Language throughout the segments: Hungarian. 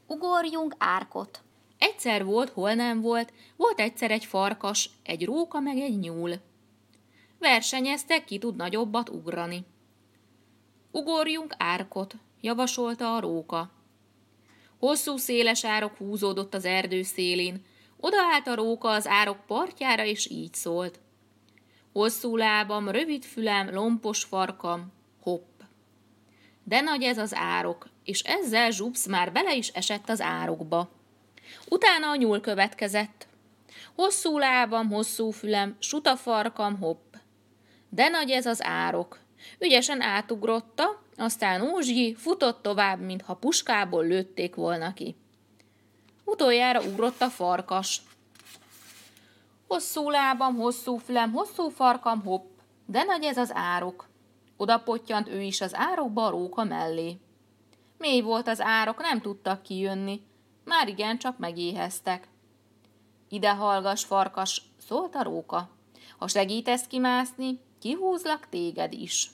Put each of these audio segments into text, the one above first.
Ugorjunk árkot. Egyszer volt, hol nem volt, volt egyszer egy farkas, egy róka meg egy nyúl. Versenyeztek, ki tud nagyobbat ugrani. Ugorjunk árkot, javasolta a róka. Hosszú széles árok húzódott az erdő szélén, odaállt a róka az árok partjára, és így szólt. Hosszú lábam, rövid fülem, lompos farkam, hopp. De nagy ez az árok, és ezzel Zsupsz már bele is esett az árokba. Utána a nyúl következett. Hosszú lábam, hosszú fülem, suta farkam, hopp. De nagy ez az árok. Ügyesen átugrotta, aztán Ózsgyi futott tovább, mintha puskából lőtték volna ki. Utoljára ugrott a farkas. Hosszú lábam, hosszú fülem, hosszú farkam, hopp. De nagy ez az árok. Oda pottyant ő is az árokba a róka mellé. Mély volt az árok, nem tudtak kijönni. Már igencsak megéheztek. Ide hallgass, farkas, szólt a róka. Ha segítesz kimászni, kihúzlak téged is.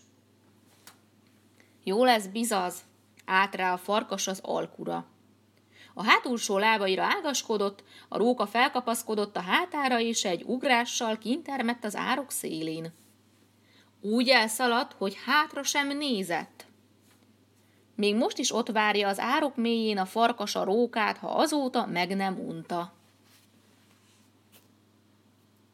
Jó lesz, bizaz, állt rá a farkas az alkura. A hátulsó lábaira ágaskodott, a róka felkapaszkodott a hátára, és egy ugrással kintermett az árok szélén. Úgy elszaladt, hogy hátra sem nézett. Még most is ott várja az árok mélyén a farkas a rókát, ha azóta meg nem unta.